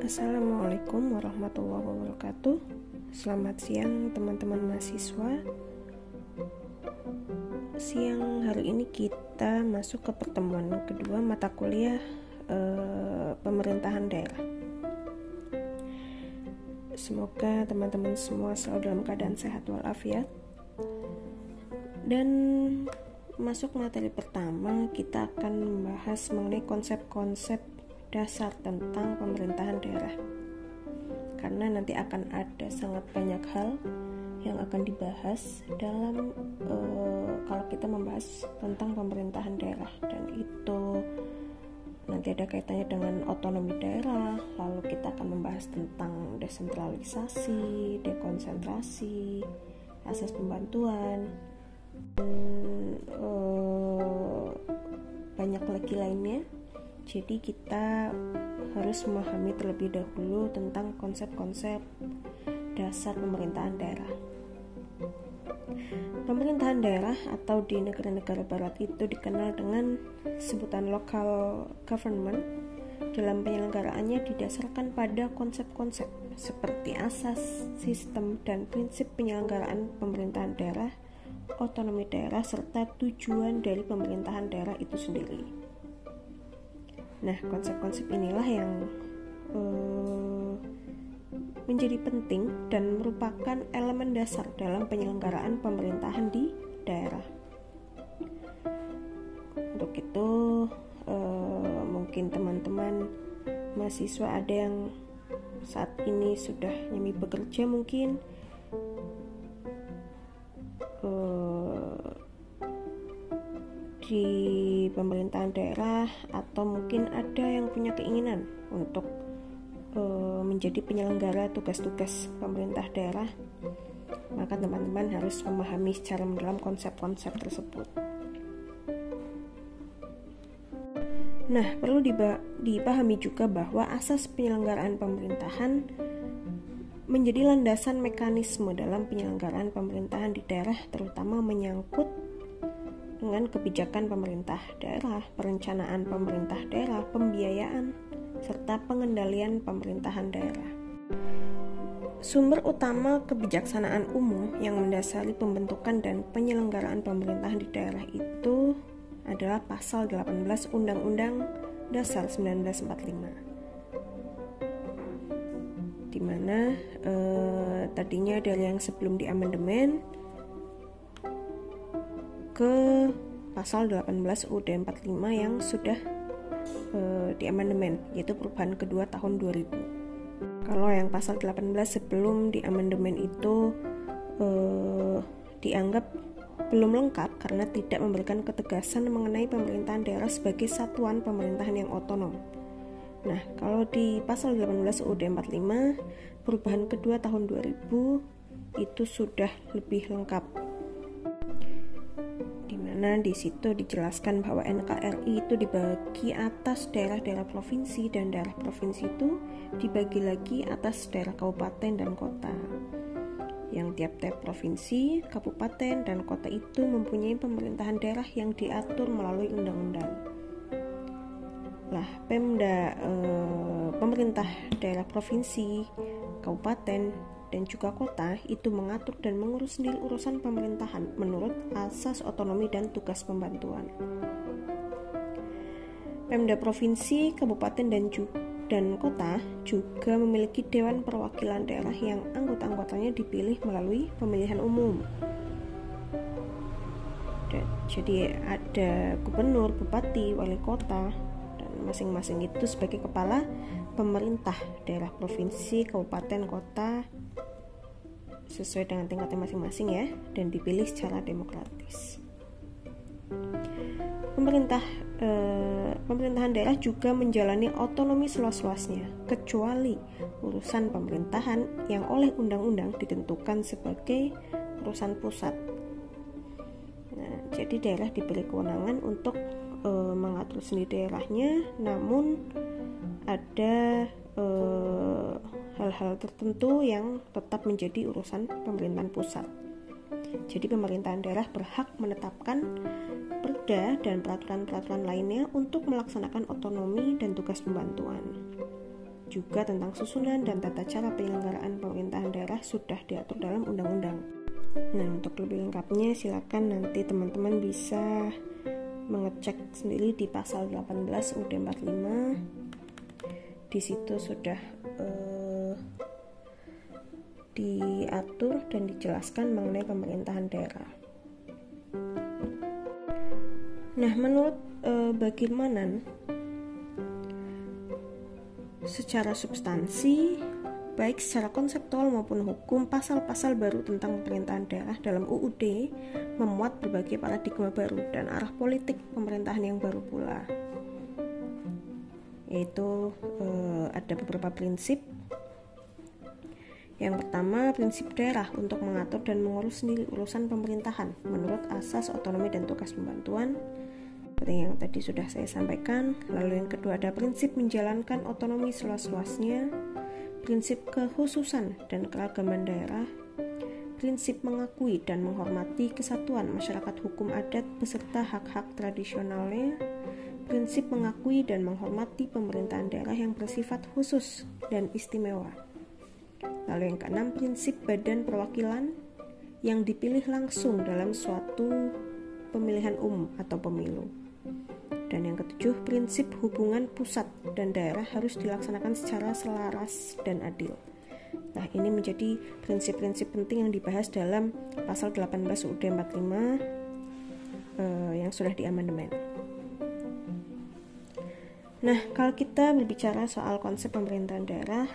Assalamualaikum warahmatullahi wabarakatuh. Selamat siang teman-teman mahasiswa. Siang hari ini kita masuk ke pertemuan kedua mata kuliah pemerintahan daerah. Semoga teman-teman semua selalu dalam keadaan sehat walafiat. Dan masuk materi pertama, kita akan membahas mengenai konsep-konsep dasar tentang pemerintahan daerah, karena nanti akan ada sangat banyak hal yang akan dibahas dalam kalau kita membahas tentang pemerintahan daerah, dan itu nanti ada kaitannya dengan otonomi daerah. Lalu kita akan membahas tentang desentralisasi, dekonsentrasi, asas pembantuan, dan banyak lagi lainnya. Jadi kita harus memahami terlebih dahulu tentang konsep-konsep dasar pemerintahan daerah. Pemerintahan daerah atau di negara-negara barat itu dikenal dengan sebutan local government. Dalam penyelenggaraannya didasarkan pada konsep-konsep seperti asas, sistem, dan prinsip penyelenggaraan pemerintahan daerah, otonomi daerah, serta tujuan dari pemerintahan daerah itu sendiri. Nah, konsep-konsep inilah yang menjadi penting dan merupakan elemen dasar dalam penyelenggaraan pemerintahan di daerah. Untuk itu, mungkin teman-teman mahasiswa ada yang saat ini sudah nyami bekerja mungkin, di pemerintahan daerah, atau mungkin ada yang punya keinginan untuk menjadi penyelenggara tugas-tugas pemerintah daerah, maka teman-teman harus memahami secara mendalam konsep-konsep tersebut. Nah, perlu dipahami juga bahwa asas penyelenggaraan pemerintahan menjadi landasan mekanisme dalam penyelenggaraan pemerintahan di daerah, terutama menyangkut dengan kebijakan pemerintah daerah, perencanaan pemerintah daerah, pembiayaan, serta pengendalian pemerintahan daerah. Sumber utama kebijaksanaan umum yang mendasari pembentukan dan penyelenggaraan pemerintahan di daerah itu adalah pasal 18 Undang-Undang Dasar 1945, di mana tadinya dari yang sebelum diamandemen ke pasal 18 UUD 45 yang sudah diamandemen, yaitu perubahan kedua tahun 2000. Kalau yang pasal 18 sebelum diamandemen itu dianggap belum lengkap karena tidak memberikan ketegasan mengenai pemerintahan daerah sebagai satuan pemerintahan yang otonom. Nah, kalau di pasal 18 UUD 45 perubahan kedua tahun 2000 itu sudah lebih lengkap, dimana di situ dijelaskan bahwa NKRI itu dibagi atas daerah-daerah provinsi, dan daerah provinsi itu dibagi lagi atas daerah kabupaten dan kota. Yang tiap-tiap provinsi, kabupaten, dan kota itu mempunyai pemerintahan daerah yang diatur melalui undang-undang. Lah, pemerintah daerah provinsi, kabupaten, dan juga kota itu mengatur dan mengurus sendiri urusan pemerintahan menurut asas otonomi dan tugas pembantuan. Pemda provinsi, kabupaten, dan kota juga memiliki dewan perwakilan daerah yang anggota-anggotanya dipilih melalui pemilihan umum. Jadi ada gubernur, bupati, wali kota, dan masing-masing itu sebagai kepala pemerintah daerah provinsi, kabupaten, kota sesuai dengan tingkatnya masing-masing ya, dan dipilih secara demokratis. Pemerintahan daerah juga menjalani otonomi seluas-luasnya, kecuali urusan pemerintahan yang oleh undang-undang ditentukan sebagai urusan pusat. Nah, jadi daerah diberi kewenangan untuk mengatur sendiri daerahnya, namun ada hal-hal tertentu yang tetap menjadi urusan pemerintahan pusat. Jadi pemerintahan daerah berhak menetapkan perda dan peraturan-peraturan lainnya untuk melaksanakan otonomi dan tugas pembantuan. juga tentang susunan dan tata cara penyelenggaraan pemerintahan daerah sudah diatur dalam undang-undang. Nah, untuk lebih lengkapnya silakan nanti teman-teman bisa mengecek sendiri di pasal 18 UUD 45. Di situ sudah diatur dan dijelaskan mengenai pemerintahan daerah. Nah, menurut bagaimana secara substansi, baik secara konseptual maupun hukum, pasal-pasal baru tentang pemerintahan daerah dalam UUD memuat berbagai paradigma baru dan arah politik pemerintahan yang baru pula. Yaitu ada beberapa prinsip. Yang pertama, prinsip daerah untuk mengatur dan mengurus sendiri urusan pemerintahan menurut asas otonomi dan tugas pembantuan, seperti yang tadi sudah saya sampaikan. Lalu yang kedua ada prinsip menjalankan otonomi seluas-luasnya, prinsip kekhususan dan keragaman daerah, prinsip mengakui dan menghormati kesatuan masyarakat hukum adat beserta hak-hak tradisionalnya, prinsip mengakui dan menghormati pemerintahan daerah yang bersifat khusus dan istimewa. Lalu yang keenam, prinsip badan perwakilan yang dipilih langsung dalam suatu pemilihan umum atau pemilu. Dan yang ketujuh, prinsip hubungan pusat dan daerah harus dilaksanakan secara selaras dan adil. Nah, ini menjadi prinsip-prinsip penting yang dibahas dalam pasal 18 UUD 45 yang sudah diamandemen. Nah, kalau kita berbicara soal konsep pemerintahan daerah,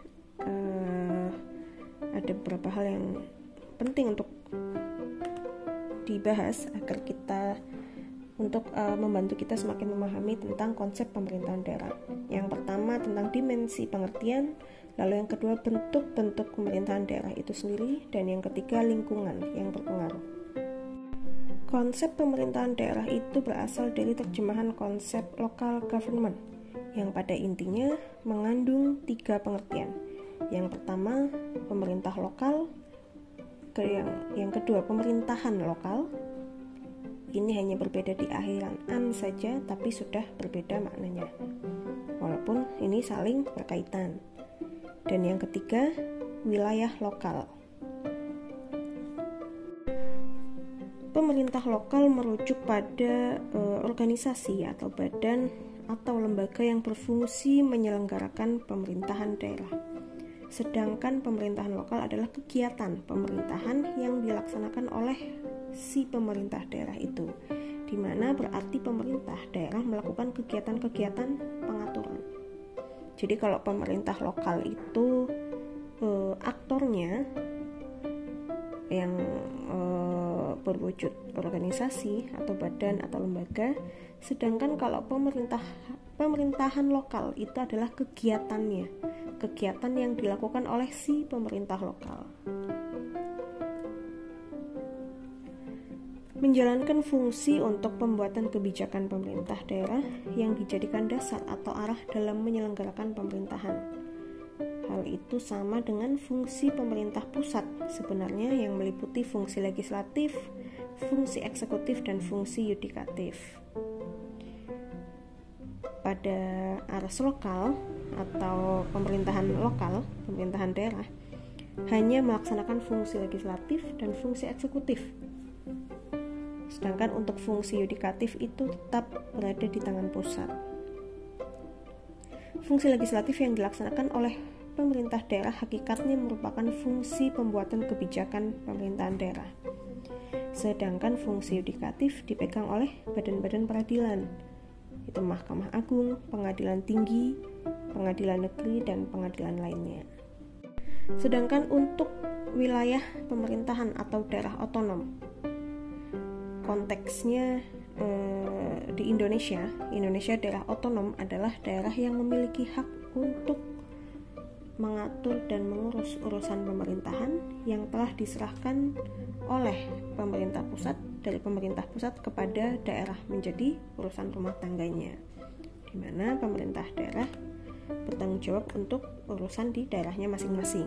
ada beberapa hal yang penting untuk dibahas agar kita membantu kita semakin memahami tentang konsep pemerintahan daerah. Yang pertama tentang dimensi pengertian, lalu yang kedua bentuk-bentuk pemerintahan daerah itu sendiri, dan yang ketiga lingkungan yang berpengaruh. Konsep pemerintahan daerah itu berasal dari terjemahan konsep local government yang pada intinya mengandung 3 pengertian. Yang pertama, pemerintah lokal. Yang kedua, pemerintahan lokal. Ini hanya berbeda di akhiran an saja, tapi sudah berbeda maknanya, walaupun ini saling berkaitan. Dan yang ketiga, wilayah lokal. Pemerintah lokal merujuk pada organisasi atau badan atau lembaga yang berfungsi menyelenggarakan pemerintahan daerah. Sedangkan pemerintahan lokal adalah kegiatan pemerintahan yang dilaksanakan oleh si pemerintah daerah itu, di mana berarti pemerintah daerah melakukan kegiatan-kegiatan pengaturan. Jadi kalau pemerintah lokal itu aktornya yang berwujud organisasi atau badan atau lembaga, sedangkan kalau pemerintahan lokal itu adalah kegiatan yang dilakukan oleh si pemerintah lokal. Menjalankan fungsi untuk pembuatan kebijakan pemerintah daerah yang dijadikan dasar atau arah dalam menyelenggarakan pemerintahan. Hal itu sama dengan fungsi pemerintah pusat sebenarnya, yang meliputi fungsi legislatif, fungsi eksekutif, dan fungsi yudikatif. Pada aras lokal atau pemerintahan lokal, pemerintahan daerah hanya melaksanakan fungsi legislatif dan fungsi eksekutif. Sedangkan untuk fungsi yudikatif itu tetap berada di tangan pusat. Fungsi legislatif yang dilaksanakan oleh pemerintah daerah hakikatnya merupakan fungsi pembuatan kebijakan pemerintahan daerah. Sedangkan fungsi yudikatif dipegang oleh badan-badan peradilan, itu Mahkamah Agung, Pengadilan Tinggi, Pengadilan Negeri, dan pengadilan lainnya. Sedangkan untuk wilayah pemerintahan atau daerah otonom, konteksnya di Indonesia daerah otonom adalah daerah yang memiliki hak untuk mengatur dan mengurus urusan pemerintahan yang telah diserahkan oleh pemerintah pusat, dari pemerintah pusat kepada daerah menjadi urusan rumah tangganya, di mana pemerintah daerah bertanggung jawab untuk urusan di daerahnya masing-masing.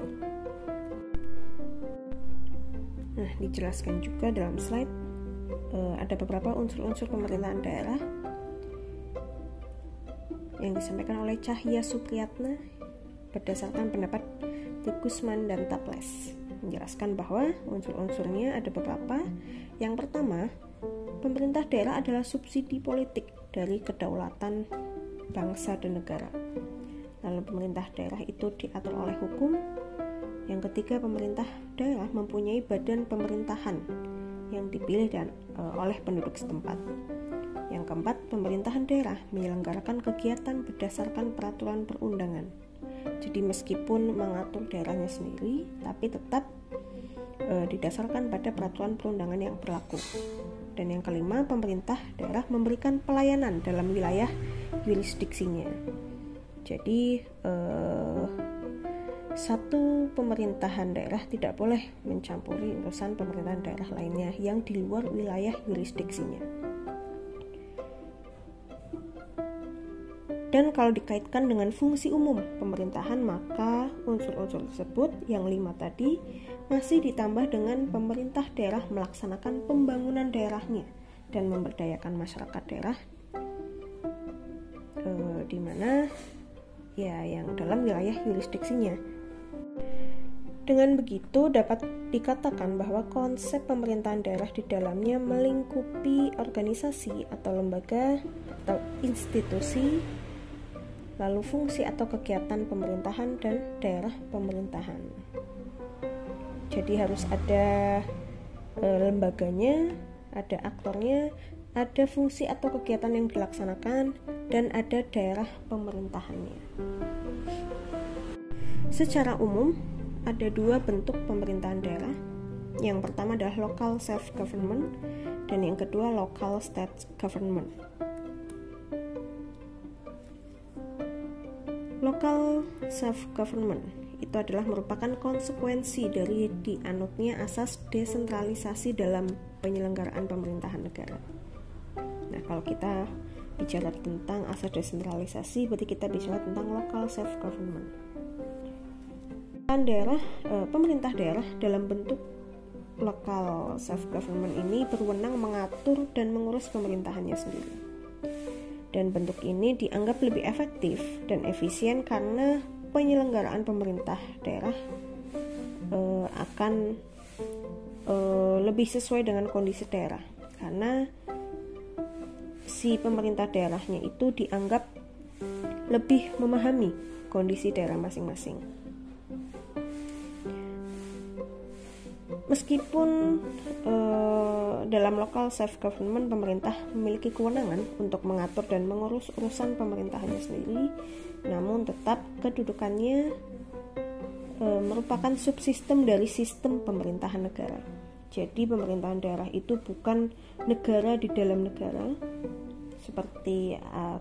Nah, dijelaskan juga dalam slide ada beberapa unsur-unsur pemerintahan daerah yang disampaikan oleh Cahya Supriyatna, berdasarkan pendapat De Guzman dan Taples, menjelaskan bahwa unsur-unsurnya ada beberapa. Yang pertama, pemerintah daerah adalah subsidi politik dari kedaulatan bangsa dan negara. Lalu pemerintah daerah itu diatur oleh hukum. Yang ketiga, pemerintah daerah mempunyai badan pemerintahan yang dipilih oleh penduduk setempat. Yang keempat, pemerintahan daerah menyelenggarakan kegiatan berdasarkan peraturan perundangan. Jadi meskipun mengatur daerahnya sendiri, tapi tetap didasarkan pada peraturan perundangan yang berlaku. Dan yang kelima, pemerintah daerah memberikan pelayanan dalam wilayah yurisdiksinya. Jadi satu pemerintahan daerah tidak boleh mencampuri urusan pemerintahan daerah lainnya yang di luar wilayah yurisdiksinya. Dan kalau dikaitkan dengan fungsi umum pemerintahan, maka unsur-unsur tersebut yang 5 tadi masih ditambah dengan pemerintah daerah melaksanakan pembangunan daerahnya dan memberdayakan masyarakat daerah di mana ya yang dalam wilayah yurisdiksinya. Dengan begitu dapat dikatakan bahwa konsep pemerintahan daerah di dalamnya melingkupi organisasi atau lembaga atau institusi, lalu fungsi atau kegiatan pemerintahan dan daerah pemerintahan. Jadi harus ada lembaganya, ada aktornya, ada fungsi atau kegiatan yang dilaksanakan, dan ada daerah pemerintahannya. Secara umum, ada 2 bentuk pemerintahan daerah. Yang pertama adalah local self-government, dan yang kedua local state government. Local self-government itu adalah merupakan konsekuensi dari dianutnya asas desentralisasi dalam penyelenggaraan pemerintahan negara. Nah, kalau kita bicara tentang asas desentralisasi, berarti kita bicara tentang local self-government. Pemerintah daerah dalam bentuk local self-government ini berwenang mengatur dan mengurus pemerintahannya sendiri. Dan bentuk ini dianggap lebih efektif dan efisien karena penyelenggaraan pemerintah daerah akan lebih sesuai dengan kondisi daerah, karena si pemerintah daerahnya itu dianggap lebih memahami kondisi daerah masing-masing. Meskipun dalam local self-government pemerintah memiliki kewenangan untuk mengatur dan mengurus urusan pemerintahannya sendiri, namun tetap kedudukannya merupakan subsistem dari sistem pemerintahan negara. Jadi pemerintahan daerah itu bukan negara di dalam negara seperti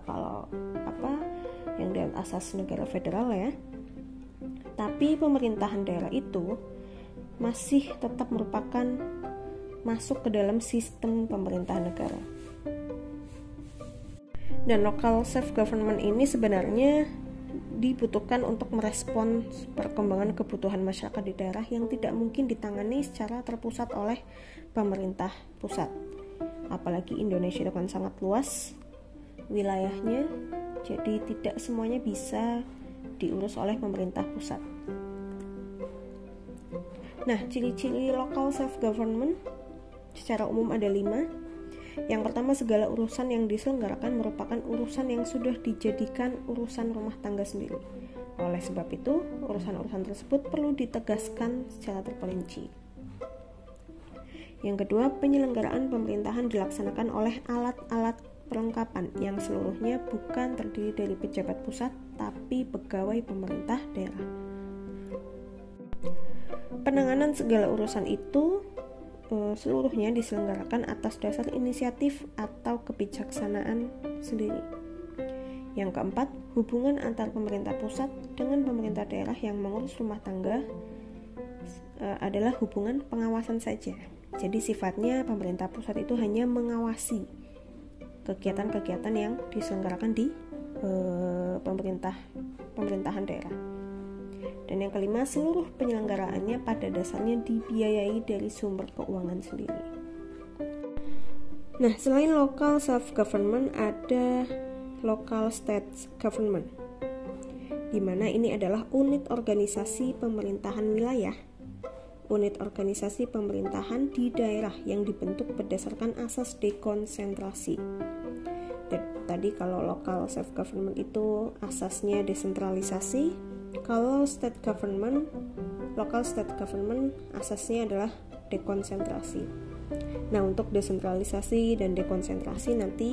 yang dalam asas negara federal ya. Tapi pemerintahan daerah itu masih tetap merupakan masuk ke dalam sistem pemerintahan negara. Dan local self-government ini sebenarnya dibutuhkan untuk merespons perkembangan kebutuhan masyarakat di daerah yang tidak mungkin ditangani secara terpusat oleh pemerintah pusat. Apalagi Indonesia itu kan sangat luas wilayahnya, jadi tidak semuanya bisa diurus oleh pemerintah pusat. Nah, ciri-ciri local self-government secara umum ada 5. Yang pertama, segala urusan yang diselenggarakan merupakan urusan yang sudah dijadikan urusan rumah tangga sendiri. Oleh sebab itu, urusan-urusan tersebut perlu ditegaskan secara terperinci. Yang kedua, penyelenggaraan pemerintahan dilaksanakan oleh alat-alat perlengkapan yang seluruhnya bukan terdiri dari pejabat pusat, tapi pegawai pemerintah daerah. Penanganan segala urusan itu seluruhnya diselenggarakan atas dasar inisiatif atau kebijaksanaan sendiri. Yang keempat, hubungan antar pemerintah pusat dengan pemerintah daerah yang mengurus rumah tangga adalah hubungan pengawasan saja. Jadi sifatnya pemerintah pusat itu hanya mengawasi kegiatan-kegiatan yang diselenggarakan di pemerintahan daerah. Dan yang kelima, seluruh penyelenggaraannya pada dasarnya dibiayai dari sumber keuangan sendiri. Nah, selain local self-government ada local state government. di mana ini adalah unit organisasi pemerintahan wilayah, unit organisasi pemerintahan di daerah yang dibentuk berdasarkan asas dekonsentrasi. Tadi kalau local self government itu asasnya desentralisasi, kalau local state government asasnya adalah dekonsentrasi. Nah, untuk desentralisasi dan dekonsentrasi nanti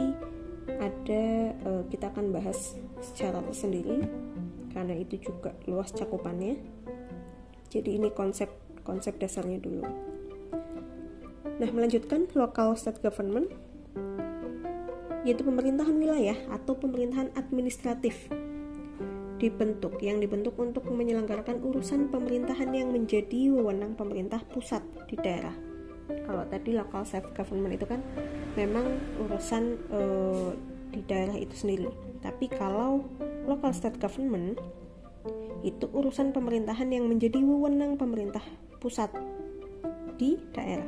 kita akan bahas secara tersendiri karena itu juga luas cakupannya. Jadi ini konsep dasarnya dulu. Nah, melanjutkan local state government yaitu pemerintahan wilayah atau pemerintahan administratif yang dibentuk untuk menyelenggarakan urusan pemerintahan yang menjadi wewenang pemerintah pusat di daerah. Kalau tadi local self government itu kan memang urusan di daerah itu sendiri. Tapi kalau local state government itu urusan pemerintahan yang menjadi wewenang pemerintah pusat di daerah.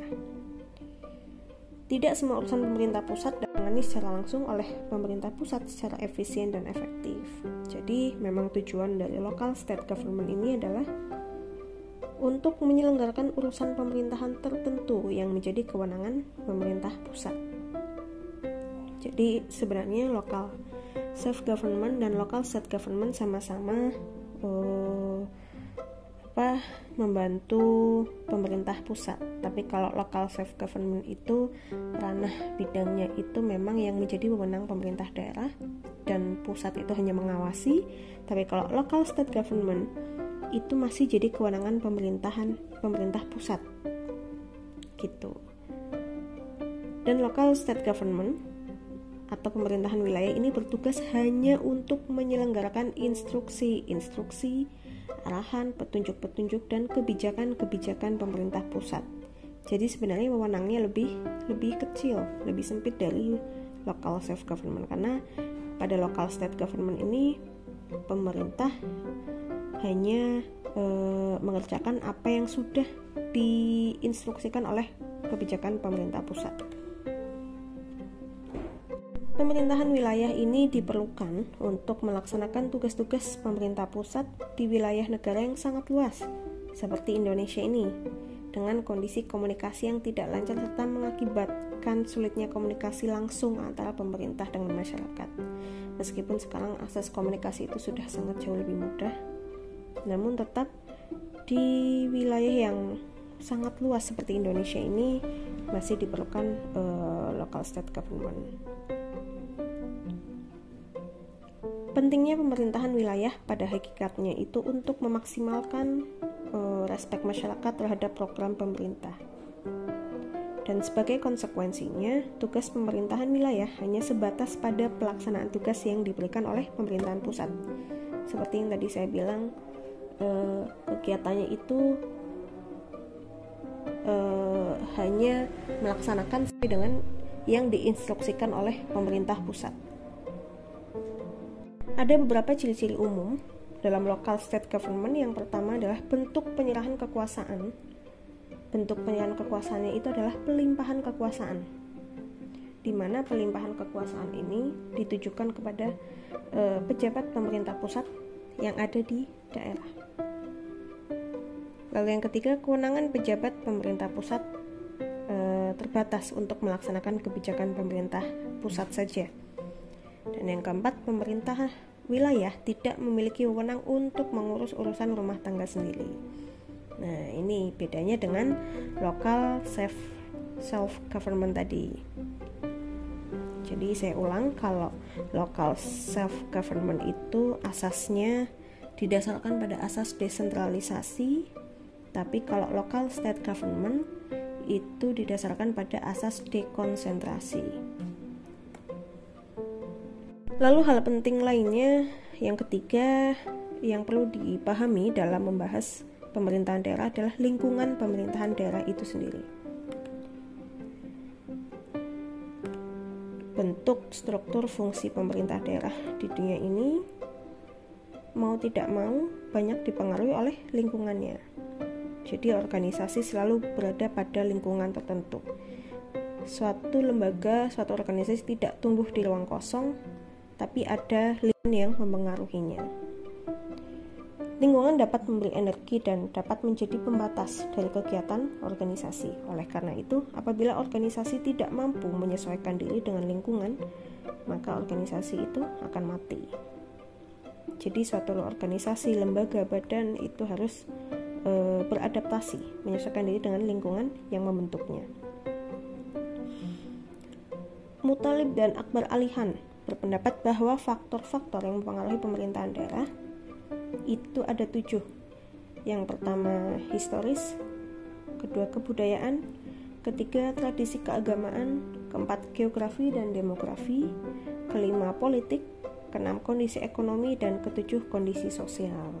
Tidak semua urusan pemerintah pusat ditangani secara langsung oleh pemerintah pusat secara efisien dan efektif. Jadi memang tujuan dari local state government ini adalah untuk menyelenggarakan urusan pemerintahan tertentu yang menjadi kewenangan pemerintah pusat. Jadi sebenarnya local self government dan local state government sama-sama membantu pemerintah pusat. Tapi kalau local self government itu ranah bidangnya itu memang yang menjadi wewenang pemerintah daerah dan pusat itu hanya mengawasi. Tapi kalau local state government itu masih jadi kewenangan pemerintah pusat gitu. Dan local state government atau pemerintahan wilayah ini bertugas hanya untuk menyelenggarakan instruksi, arahan, petunjuk-petunjuk dan kebijakan-kebijakan pemerintah pusat. Jadi sebenarnya wewenangnya lebih kecil, lebih sempit dari local self government, karena pada local state government ini pemerintah hanya mengerjakan apa yang sudah diinstruksikan oleh kebijakan pemerintah pusat. Pemerintahan wilayah ini diperlukan untuk melaksanakan tugas-tugas pemerintah pusat di wilayah negara yang sangat luas, seperti Indonesia ini, dengan kondisi komunikasi yang tidak lancar serta mengakibatkan sulitnya komunikasi langsung antara pemerintah dengan masyarakat. Meskipun sekarang akses komunikasi itu sudah sangat jauh lebih mudah, namun tetap di wilayah yang sangat luas seperti Indonesia ini masih diperlukan local state government. Pentingnya pemerintahan wilayah pada hakikatnya itu untuk memaksimalkan respek masyarakat terhadap program pemerintah. Dan sebagai konsekuensinya, tugas pemerintahan wilayah hanya sebatas pada pelaksanaan tugas yang diberikan oleh pemerintahan pusat. Seperti yang tadi saya bilang, kegiatannya itu hanya melaksanakan sesuai dengan yang diinstruksikan oleh pemerintah pusat. Ada beberapa ciri-ciri umum dalam local state government. Yang pertama adalah bentuk penyerahan kekuasaan. Bentuk penyerahan kekuasaannya itu adalah pelimpahan kekuasaan, di mana pelimpahan kekuasaan ini ditujukan kepada pejabat pemerintah pusat yang ada di daerah. Lalu yang ketiga, kewenangan pejabat pemerintah pusat terbatas untuk melaksanakan kebijakan pemerintah pusat saja. Dan yang keempat, pemerintah wilayah tidak memiliki wewenang untuk mengurus urusan rumah tangga sendiri. Nah, ini bedanya dengan local self government tadi. Jadi saya ulang, kalau local self government itu asasnya didasarkan pada asas desentralisasi, tapi kalau local state government itu didasarkan pada asas dekonsentrasi. Lalu hal penting lainnya yang ketiga yang perlu dipahami dalam membahas pemerintahan daerah adalah lingkungan pemerintahan daerah itu sendiri. Bentuk, struktur, fungsi pemerintah daerah di dunia ini mau tidak mau banyak dipengaruhi oleh lingkungannya. Jadi organisasi selalu berada pada lingkungan tertentu. Suatu lembaga, suatu organisasi tidak tumbuh di ruang kosong, tapi ada lingkungan yang mempengaruhinya. Lingkungan dapat memberi energi dan dapat menjadi pembatas dari kegiatan organisasi. Oleh karena itu, apabila organisasi tidak mampu menyesuaikan diri dengan lingkungan, maka organisasi itu akan mati. Jadi suatu organisasi, lembaga, badan itu harus beradaptasi, menyesuaikan diri dengan lingkungan yang membentuknya. Muthalib dan Akbar Alihan berpendapat bahwa faktor-faktor yang mempengaruhi pemerintahan daerah itu ada 7. Yang pertama historis, kedua kebudayaan, ketiga tradisi keagamaan, keempat geografi dan demografi, kelima politik, keenam kondisi ekonomi, dan ketujuh kondisi sosial.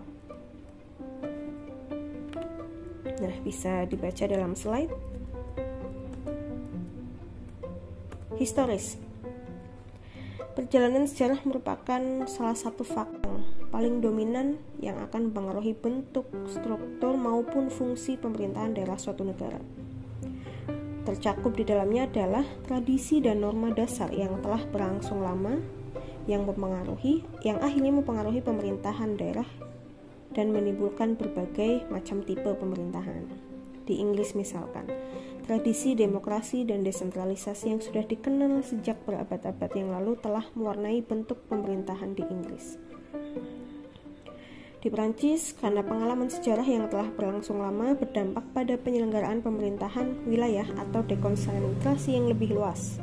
Nah, bisa dibaca dalam slide. Historis. Perjalanan sejarah merupakan salah satu faktor paling dominan yang akan mempengaruhi bentuk, struktur, maupun fungsi pemerintahan daerah suatu negara. Tercakup di dalamnya adalah tradisi dan norma dasar yang telah berlangsung lama yang akhirnya mempengaruhi pemerintahan daerah dan menimbulkan berbagai macam tipe pemerintahan. Di Inggris misalkan, tradisi demokrasi dan desentralisasi yang sudah dikenal sejak berabad-abad yang lalu telah mewarnai bentuk pemerintahan di Inggris. Di Perancis, karena pengalaman sejarah yang telah berlangsung lama berdampak pada penyelenggaraan pemerintahan wilayah atau dekonsentrasi yang lebih luas.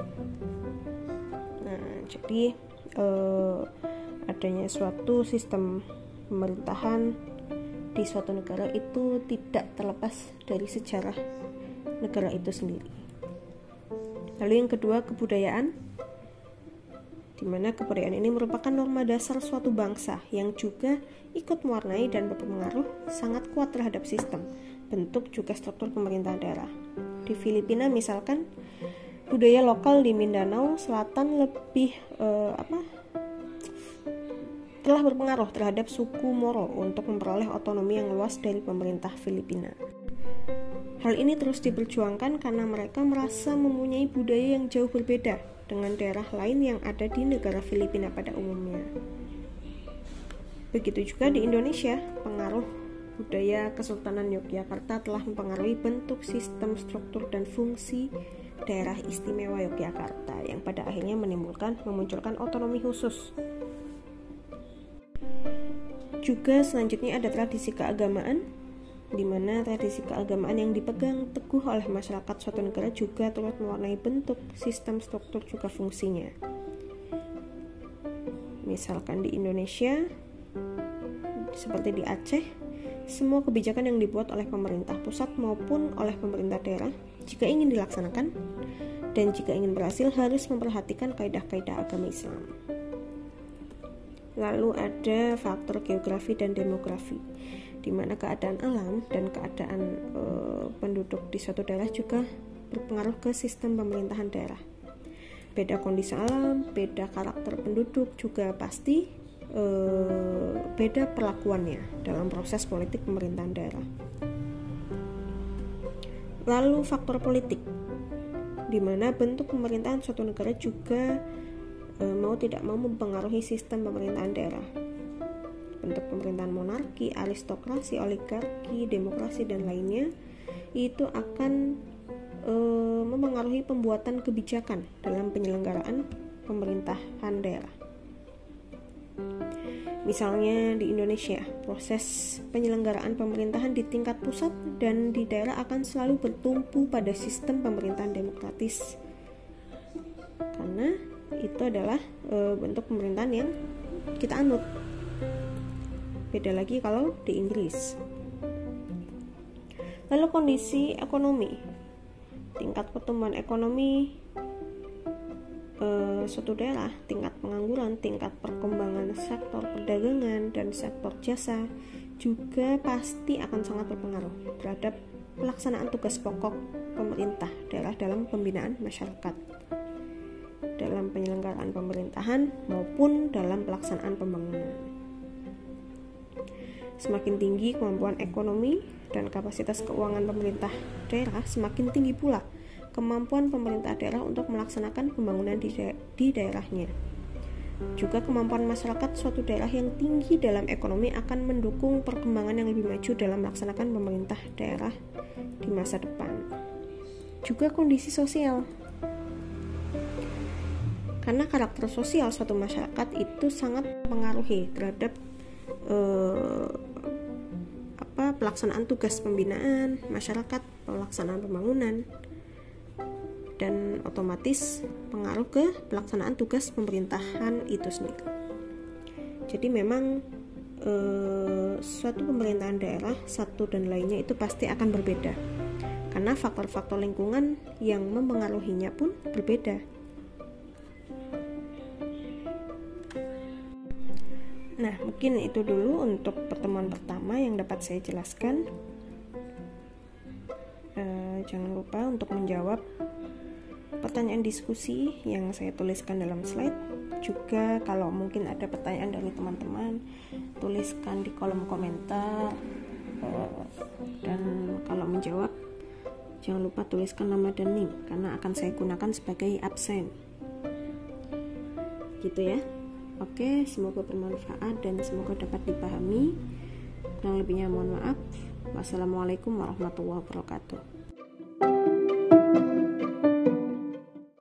Nah, jadi adanya suatu sistem pemerintahan di suatu negara itu tidak terlepas dari sejarah negara itu sendiri. Lalu yang kedua, kebudayaan, di mana kebudayaan ini merupakan norma dasar suatu bangsa yang juga ikut mewarnai dan berpengaruh sangat kuat terhadap sistem, bentuk juga struktur pemerintahan daerah. Di Filipina misalkan, budaya lokal di Mindanao Selatan lebih telah berpengaruh terhadap suku Moro untuk memperoleh otonomi yang luas dari pemerintah Filipina. Hal ini terus diperjuangkan karena mereka merasa mempunyai budaya yang jauh berbeda dengan daerah lain yang ada di negara Filipina pada umumnya. Begitu juga di Indonesia, pengaruh budaya Kesultanan Yogyakarta telah mempengaruhi bentuk, sistem, struktur, dan fungsi daerah istimewa Yogyakarta yang pada akhirnya memunculkan otonomi khusus. Juga selanjutnya ada tradisi keagamaan, di mana tradisi keagamaan yang dipegang teguh oleh masyarakat suatu negara juga turut mewarnai bentuk, sistem, struktur, juga fungsinya. Misalkan di Indonesia, seperti di Aceh, semua kebijakan yang dibuat oleh pemerintah pusat maupun oleh pemerintah daerah, jika ingin dilaksanakan dan jika ingin berhasil harus memperhatikan kaidah-kaidah agama Islam. Lalu ada faktor geografi dan demografi, di mana keadaan alam dan keadaan penduduk di suatu daerah juga berpengaruh ke sistem pemerintahan daerah. Beda kondisi alam, beda karakter penduduk, juga pasti beda perlakuannya dalam proses politik pemerintahan daerah. Lalu faktor politik, di mana bentuk pemerintahan suatu negara juga mau tidak mau mempengaruhi sistem pemerintahan daerah. Bentuk pemerintahan monarki, aristokrasi, oligarki, demokrasi, dan lainnya itu akan mempengaruhi pembuatan kebijakan dalam penyelenggaraan pemerintahan daerah. Misalnya di Indonesia, proses penyelenggaraan pemerintahan di tingkat pusat dan di daerah akan selalu bertumpu pada sistem pemerintahan demokratis, karena itu adalah bentuk pemerintahan yang kita anut. Beda lagi kalau di Inggris. Lalu kondisi ekonomi, tingkat pertumbuhan ekonomi suatu daerah, tingkat pengangguran, tingkat perkembangan sektor perdagangan dan sektor jasa juga pasti akan sangat berpengaruh terhadap pelaksanaan tugas pokok pemerintah daerah dalam pembinaan masyarakat, dalam penyelenggaraan pemerintahan maupun dalam pelaksanaan pembangunan. Semakin tinggi kemampuan ekonomi dan kapasitas keuangan pemerintah daerah, semakin tinggi pula kemampuan pemerintah daerah untuk melaksanakan pembangunan di daerahnya. Juga kemampuan masyarakat suatu daerah yang tinggi dalam ekonomi akan mendukung perkembangan yang lebih maju dalam melaksanakan pemerintah daerah di masa depan. Juga kondisi sosial, karena karakter sosial suatu masyarakat itu sangat mempengaruhi terhadap pelaksanaan tugas pembinaan masyarakat, pelaksanaan pembangunan, dan otomatis pengaruh ke pelaksanaan tugas pemerintahan itu sendiri. Jadi memang suatu pemerintahan daerah satu dan lainnya itu pasti akan berbeda, karena faktor-faktor lingkungan yang mempengaruhinya pun berbeda. Nah, mungkin itu dulu untuk pertemuan pertama yang dapat saya jelaskan. Jangan lupa untuk menjawab pertanyaan diskusi yang saya tuliskan dalam slide. Juga kalau mungkin ada pertanyaan dari teman-teman, tuliskan di kolom komentar. Dan kalau menjawab, jangan lupa tuliskan nama dan NIM, karena akan saya gunakan sebagai absen. Gitu ya. Oke, semoga bermanfaat dan semoga dapat dipahami. Kurang lebihnya mohon maaf. Wassalamualaikum warahmatullahi wabarakatuh.